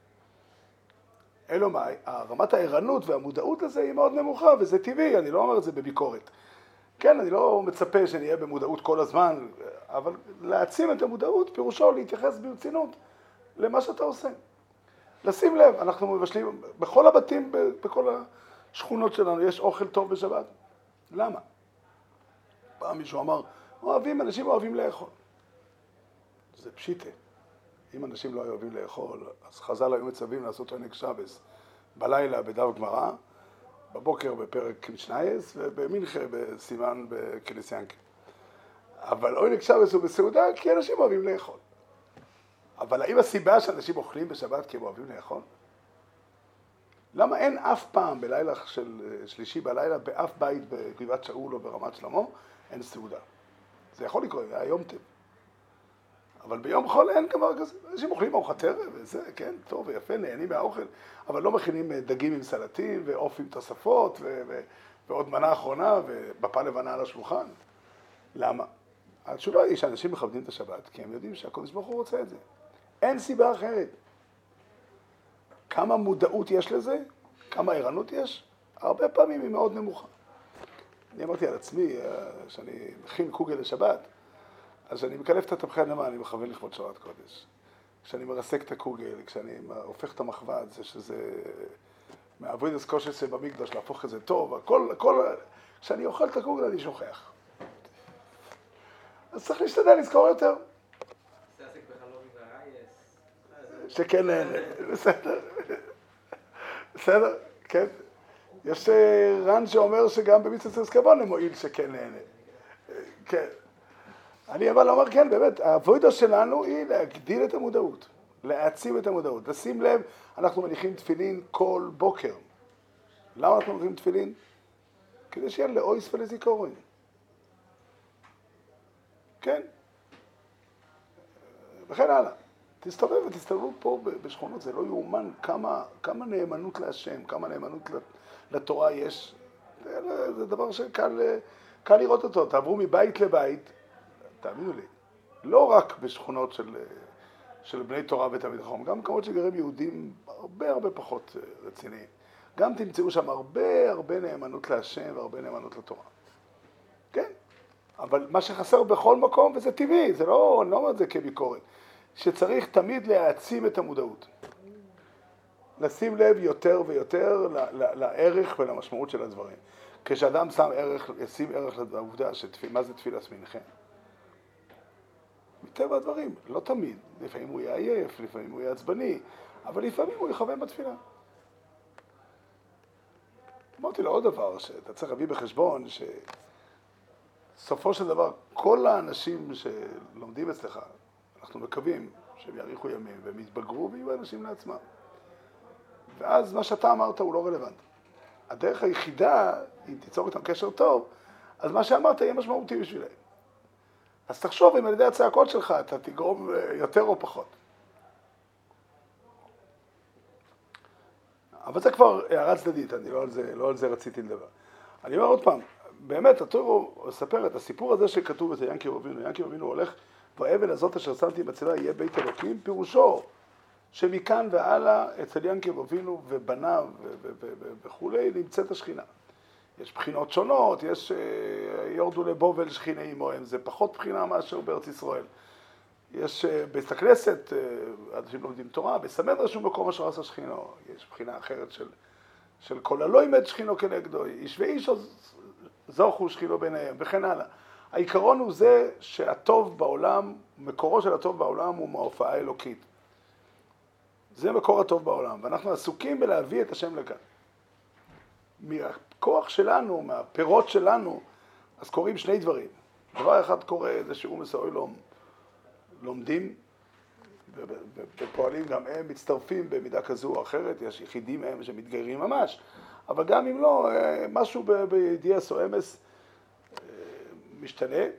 אלו מה, רמת הערנות והמודעות לזה היא מאוד נמוכה, וזה טבעי, אני לא אומר את זה בביקורת. כן, אני לא מצפה שנהיה במודעות כל הזמן, אבל להעצים את המודעות פירושו להתייחס ברצינות למה שאתה עושה. לשים לב, אנחנו מבשלים, בכל הבתים, בכל השכונות שלנו יש אוכל טוב בשבת. למה? פעם מישהו אמר, אוהבים, אנשים אוהבים לאכול. זה פשיטה. אם אנשים לא אוהבים לאכול, אז חז"ל היו מצווים לעשות עונג שבס בלילה בדף גמרא, בבוקר בפרק משנייס, ובמנחה בסימן בקליסיאנקה. אבל עונג שבס הוא בסעודה כי אנשים אוהבים לאכול. אבל האם הסיבה שאנשים אוכלים בשבת כי הם אוהבים לאכול? למה אין אף פעם בלילה של שלישי בלילה, באף בית בגבעת שאול או ברמת שלמה, אין סעודה? זה יכול לקרות, זה היום טוב. אבל ביום חול אין דבר כזה. אנשים אוכלים ארוחת ערב, וזה, כן, טוב ויפה, נהנים מהאוכל, אבל לא מכינים דגים עם סלטים ועוף עם תוספות ו- ו- ועוד מנה אחרונה ובפה לבנה על השולחן. למה? התשובה היא שאנשים מכבדים את השבת, כי הם יודעים שהקדוש ברוך הוא רוצה את זה. אין סיבה אחרת. כמה מודעות יש לזה? כמה ערנות יש? הרבה פעמים היא מאוד נמוכה. אני אמרתי על עצמי, שאני מכין קוגל לשבת, אז כשאני מקלף את התפוחי אדמה, אני מכוון לכבוד שבת קודש. כשאני מרסק את הקוגל, כשאני הופך את המחבת, זה שזה מעבודת קושי שבמקדש, להפוך את זה טוב, הכל, הכל, כשאני אוכל את הקוגל אני שוכח. אז צריך להשתדל לזכור יותר. תעסק בחלומי והרייס. שכן נהנה, בסדר. בסדר, כן. יש רן שאומר שגם במצוות סקבון למועיל שכן נהנה. כן. אני אבל אומר כן, באמת, העבודה שלנו היא להגדיל את המודעות, להעצים את המודעות. לשים לב, אנחנו מניחים תפילין כל בוקר. למה אנחנו מניחים תפילין? כדי שיהיה לאויס ולזיכרון. כן. וכן הלאה. תסתובב ותסתובבו פה בשכונות, זה לא יאומן כמה, כמה נאמנות להשם, כמה נאמנות לתורה יש. זה, זה דבר שקל קל לראות אותו. תעברו מבית לבית, תאמינו לי, לא רק בשכונות של, של בני תורה ותלמיד חכם, גם במקומות שגרים יהודים הרבה הרבה פחות רציניים. גם תמצאו שם הרבה הרבה נאמנות להשם והרבה נאמנות לתורה. כן, אבל מה שחסר בכל מקום, וזה טבעי, זה לא, אני לא אומר את זה כביקורת, שצריך תמיד להעצים את המודעות. לשים לב יותר ויותר לערך ולמשמעות של הדברים. כשאדם שם ערך, ישים ערך לעובדה שתפיל, מה זה תפילת מנחה? מטבע הדברים, לא תמיד. לפעמים הוא יהיה עייף, לפעמים הוא יהיה עצבני, אבל לפעמים הוא יכוון בתפילה. אמרתי לו עוד דבר, שאתה צריך להביא בחשבון, שסופו של דבר, כל האנשים שלומדים אצלך, אנחנו מקווים שהם יאריכו ימים והם יתבגרו ויהיו אנשים לעצמם. ואז מה שאתה אמרת הוא לא רלוונטי. הדרך היחידה, אם תיצור איתם קשר טוב, אז מה שאמרת יהיה משמעותי בשבילם. אז תחשוב אם על ידי הצעקות שלך אתה תגרום יותר או פחות. אבל זה כבר הערה צדדית, אני לא על זה, לא על זה רציתי לדבר. אני אומר עוד פעם, באמת, התורה מספר את הסיפור הזה שכתוב את ינקב אבינו. ינקב אבינו הולך, והאבן הזאת אשר שמתי בצבא יהיה בית אלוקים, פירושו שמכאן והלאה אצל ינקב אבינו ובניו וכולי נמצאת השכינה. יש בחינות שונות, יש יורדו לבובל שכינה עמהם, זה פחות בחינה מאשר בארץ ישראל. יש בית הכנסת, אנשים לומדים תורה, בסמדר שהוא מקום אשר עשה שכינו, יש בחינה אחרת של, של כל הלא ימד שכינו כנגדו, איש ואיש זוכו שכינו ביניהם, וכן הלאה. העיקרון הוא זה שהטוב בעולם, מקורו של הטוב בעולם הוא מההופעה האלוקית. זה מקור הטוב בעולם, ואנחנו עסוקים בלהביא את השם לכאן. מהכוח שלנו, מהפירות שלנו, אז קוראים שני דברים. דבר אחד קורה זה שהוא מסורי לומדים, ופועלים גם הם מצטרפים במידה כזו או אחרת, יש יחידים הם שמתגיירים ממש, אבל גם אם לא, משהו בידיעס או אמס משתנה.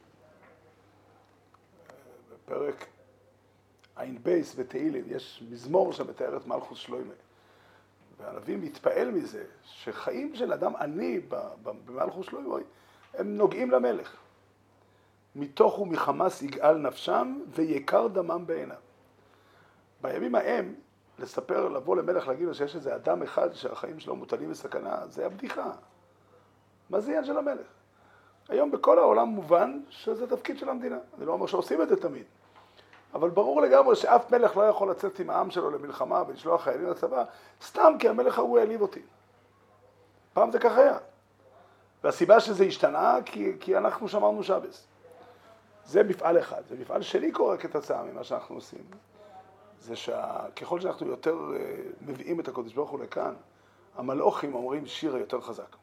בפרק עין בייס ותהילים יש מזמור שמתאר את מלכוס שלוימה. והנביא מתפעל מזה שחיים של אדם עני במלכוס שלוימה הם נוגעים למלך. מתוך ומחמס יגאל נפשם ויקר דמם בעיניו. בימים ההם לספר, לבוא למלך להגיד לו שיש איזה אדם אחד שהחיים שלו מוטלים בסכנה, זה הבדיחה. מה זה עניין של המלך? היום בכל העולם מובן שזה תפקיד של המדינה. אני לא אומר שעושים את זה תמיד. אבל ברור לגמרי שאף מלך לא יכול לצאת עם העם שלו למלחמה ולשלוח חיילים לצבא, סתם כי המלך ההוא העליב אותי. פעם זה כך היה. והסיבה שזה השתנה כי, כי אנחנו שמרנו שבס. זה מפעל אחד. זה מפעל שלי קורה כתוצאה ממה שאנחנו עושים. זה שככל שאנחנו יותר מביאים את הקודש ברוך הוא לכאן, המלאכים אומרים שיר יותר חזק.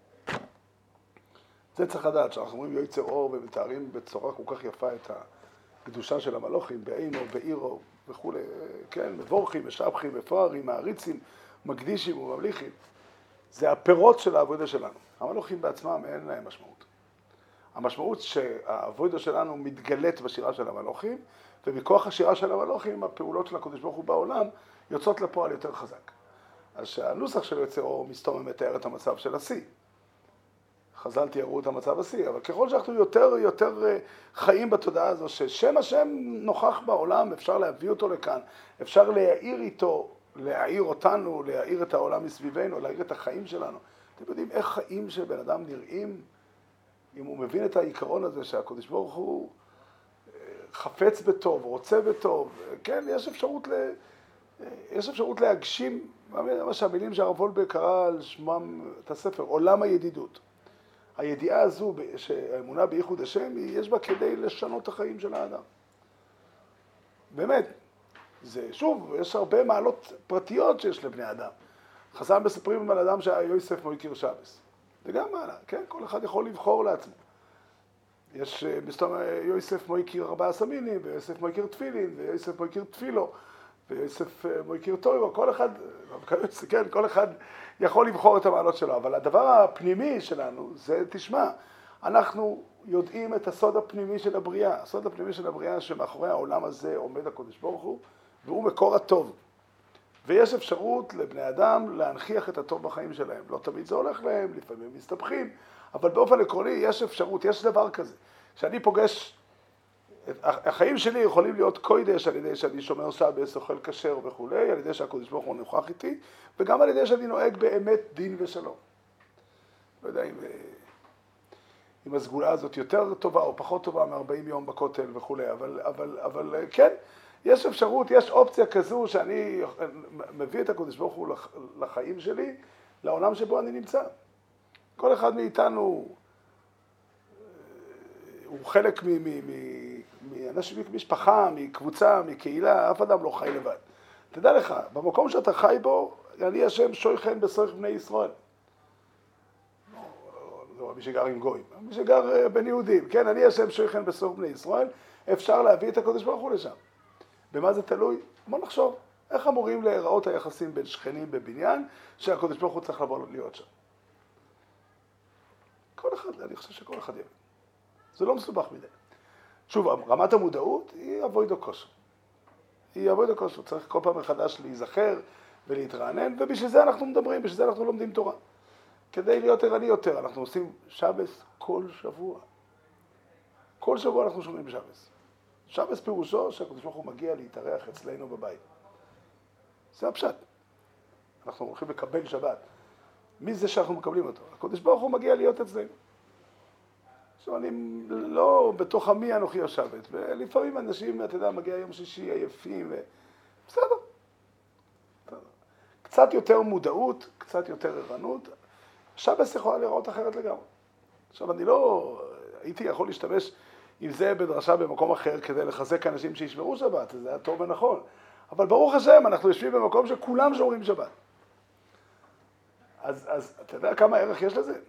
זה צריך לדעת, שאנחנו אומרים יוצר אור ומתארים בצורה כל כך יפה את הקדושה של המלאכים, בעינו, בעירו וכו', כן, מבורכים, משבחים, מפוארים, מעריצים, מקדישים וממליכים. זה הפירות של העבודה שלנו. המלאכים בעצמם אין להם משמעות. המשמעות שהעבודה שלנו מתגלית בשירה של המלאכים, ומכוח השירה של המלאכים, הפעולות של הקדוש ברוך הוא בעולם יוצאות לפועל יותר חזק. אז שהנוסח של יוצר אור מסתום מתאר את המצב של השיא. חז"ל תיארו את המצב השיא, אבל ככל שאנחנו יותר יותר חיים בתודעה הזו, ששם השם נוכח בעולם, אפשר להביא אותו לכאן, אפשר להאיר איתו, להאיר אותנו, להאיר את העולם מסביבנו, להאיר את החיים שלנו. אתם יודעים איך חיים של בן אדם נראים, אם הוא מבין את העיקרון הזה שהקדוש ברוך הוא חפץ בטוב, רוצה בטוב, כן, יש אפשרות, ל... יש אפשרות להגשים, מה שהמילים שהרב וולבה קרא על שמם את הספר, עולם הידידות. הידיעה הזו, שהאמונה בייחוד השם, יש בה כדי לשנות את החיים של האדם. באמת, זה, שוב, יש הרבה מעלות פרטיות שיש לבני אדם. חז"ל מספרים על אדם שהיה יוסף מויקיר שבס. זה גם מעלה, כן? כל אחד יכול לבחור לעצמו. יש מסתום יוסף מויקיר ארבעה סמינים, ויוסף מויקיר תפילין, ויוסף מויקיר תפילו, ויוסף מויקיר טוירו, כל אחד, כן, כל אחד יכול לבחור את המעלות שלו, אבל הדבר הפנימי שלנו זה, תשמע, אנחנו יודעים את הסוד הפנימי של הבריאה, הסוד הפנימי של הבריאה שמאחורי העולם הזה עומד הקדוש ברוך הוא, והוא מקור הטוב. ויש אפשרות לבני אדם להנכיח את הטוב בחיים שלהם. לא תמיד זה הולך להם, לפעמים הם מסתבכים, אבל באופן עקרוני יש אפשרות, יש דבר כזה. שאני פוגש, החיים שלי יכולים להיות קודש על ידי שאני שומר שבס, אוכל כשר וכו', על ידי שהקדוש ברוך הוא נוכח איתי, וגם על ידי שאני נוהג באמת דין ושלום. לא יודע אם, אם הסגולה הזאת יותר טובה או פחות טובה מ-ארבעים יום בכותל וכו', אבל, אבל, אבל כן, יש אפשרות, יש אופציה כזו שאני מביא את הקדוש ברוך הוא לחיים שלי, לעולם שבו אני נמצא. כל אחד מאיתנו הוא חלק מאנשים, משפחה, מקבוצה, מקהילה, אף אדם לא חי לבד. תדע לך, במקום שאתה חי בו, אני השם שויכן בסורך בני ישראל. לא, מי שגר עם גויים, מי שגר בין יהודים, כן, אני השם שויכן בסורך בני ישראל, אפשר להביא את הקדוש ברוך הוא לשם. במה זה תלוי? בוא נחשוב, איך אמורים להיראות היחסים בין שכנים בבניין, שהקדוש ברוך הוא צריך לבוא להיות שם. כל אחד, אני חושב שכל אחד יבין. זה לא מסובך מדי. שוב, רמת המודעות היא אבוידו כושר. היא אבוידו כושר. צריך כל פעם מחדש להיזכר ולהתרענן, ובשביל זה אנחנו מדברים, בשביל זה אנחנו לומדים תורה. כדי להיות ערני יותר. אנחנו עושים שבס כל שבוע. כל שבוע אנחנו שומעים בשבס. שבס פירושו שהקדוש ברוך הוא מגיע להתארח אצלנו בבית. זה הפשט. אנחנו הולכים לקבל שבת. מי זה שאנחנו מקבלים אותו? הקדוש ברוך הוא מגיע להיות אצלנו. עכשיו אני לא בתוך עמי אנוכי יושבת, ולפעמים אנשים, אתה יודע, מגיע יום שישי עייפים, ו... בסדר. קצת יותר מודעות, קצת יותר ערנות, שבס יכולה לראות אחרת לגמרי. עכשיו אני לא, הייתי יכול להשתמש עם זה בדרשה במקום אחר כדי לחזק אנשים שישמרו שבת, זה היה טוב ונכון. אבל ברוך השם, אנחנו יושבים במקום שכולם שומרים שבת. אז, אז אתה יודע כמה ערך יש לזה?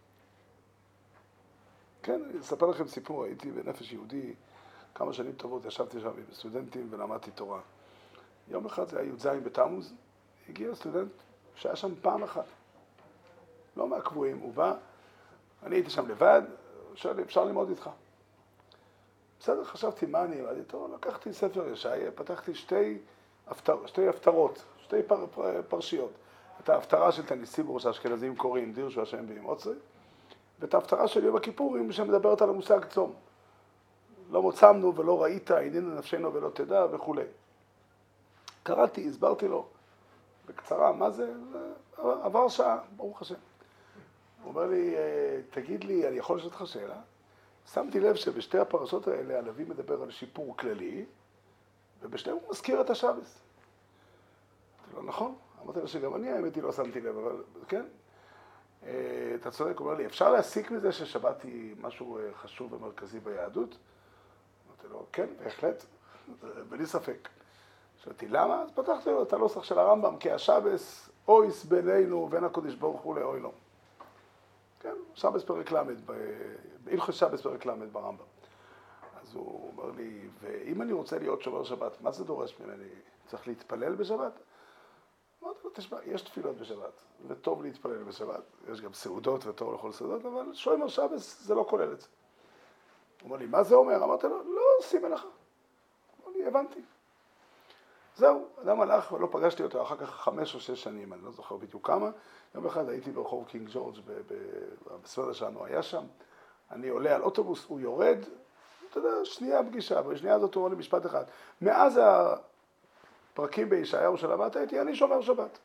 כן, אני אספר לכם סיפור, הייתי בנפש יהודי, כמה שנים טובות, ישבתי שם עם סטודנטים ולמדתי תורה. יום אחד זה היה י"ז בתמוז, הגיע סטודנט שהיה שם פעם אחת. לא מהקבועים, הוא בא, אני הייתי שם לבד, שאל לי, אפשר ללמוד איתך. בסדר, חשבתי מה אני אלמד איתו, לקחתי ספר ישעיה, פתחתי שתי, הפטר, שתי הפטרות, שתי פר, פר, פרשיות. את ההפטרה של תניסיבורו שהאשכנזים קוראים, דירשו השם באמוצרי, ואת ההפטרה של יום הכיפורים שמדברת על המושג צום. לא מוצמנו ולא ראית, עינינו נפשנו ולא תדע וכו'. קראתי, הסברתי לו בקצרה, מה זה? עבר שעה, ברוך השם. הוא אומר לי, תגיד לי, אני יכול לשאול אותך שאלה? שמתי לב שבשתי הפרשות האלה הנביא מדבר על שיפור כללי, ובשניהם הוא מזכיר את השבס. אמרתי לו, נכון? אמרתי לו שגם אני האמת היא לא שמתי לב, אבל כן. אתה צודק, הוא אומר לי, אפשר להסיק מזה ששבת היא משהו חשוב ומרכזי ביהדות? אמרתי לו, כן, בהחלט, בלי ספק. שאלתי, למה? אז פתחתי לו את הנוסח של הרמב"ם, כי השבס אויס בינינו ובין הקדוש ברוך הוא לאוי לו. כן, שבס פרק למד, בהלכות שבס פרק למד ברמב"ם. אז הוא אומר לי, ואם אני רוצה להיות שומר שבת, מה זה דורש ממני? צריך להתפלל בשבת? אמרתי לו, תשמע, יש תפילות בשבת, וטוב להתפלל בשבת, יש גם סעודות וטוב לכל סעודות, אבל שומר שבס זה לא כולל את זה. הוא אומר לי, מה זה אומר? אמרתי לו, לא עושים מלאכה. אמר לי, הבנתי. זהו, אדם הלך ולא פגשתי אותו אחר כך חמש או שש שנים, אני לא זוכר בדיוק כמה. יום אחד הייתי ברחוב קינג ג'ורג' בסוודה שלנו, היה שם. אני עולה על אוטובוס, הוא יורד, אתה יודע, שנייה פגישה, בשנייה הזאת הוא אומר לי משפט אחד. מאז הפרקים בישעיהו שלמדת איתי, אני שומר שבת.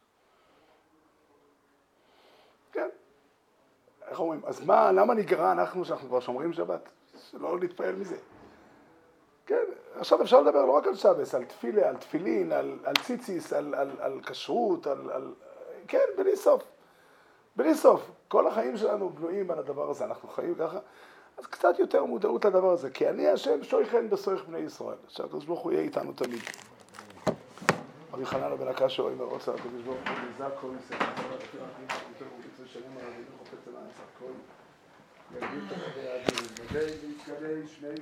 כן. איך אומרים, אז מה, למה נגרע אנחנו שאנחנו כבר שומרים שבת? שלא נתפעל מזה. כן, עכשיו אפשר לדבר לא רק על שבס, על תפילה, על תפילין, על, על ציציס, על, על, על כשרות, על, על... כן, בלי סוף. בלי סוף. כל החיים שלנו בנויים על הדבר הזה, אנחנו חיים ככה. אז קצת יותר מודעות לדבר הזה, כי אני השם שויכן בסויך בני ישראל. שהקדוש ברוך הוא יהיה איתנו תמיד. רבי חנן בן הקשיא אומר, רוצה הקדוש ברוך הוא נזק כל ישראל, שנים הרבים חופץ אל העצר כל, יגיד תחת היעדים, מדי ויתקדי שמי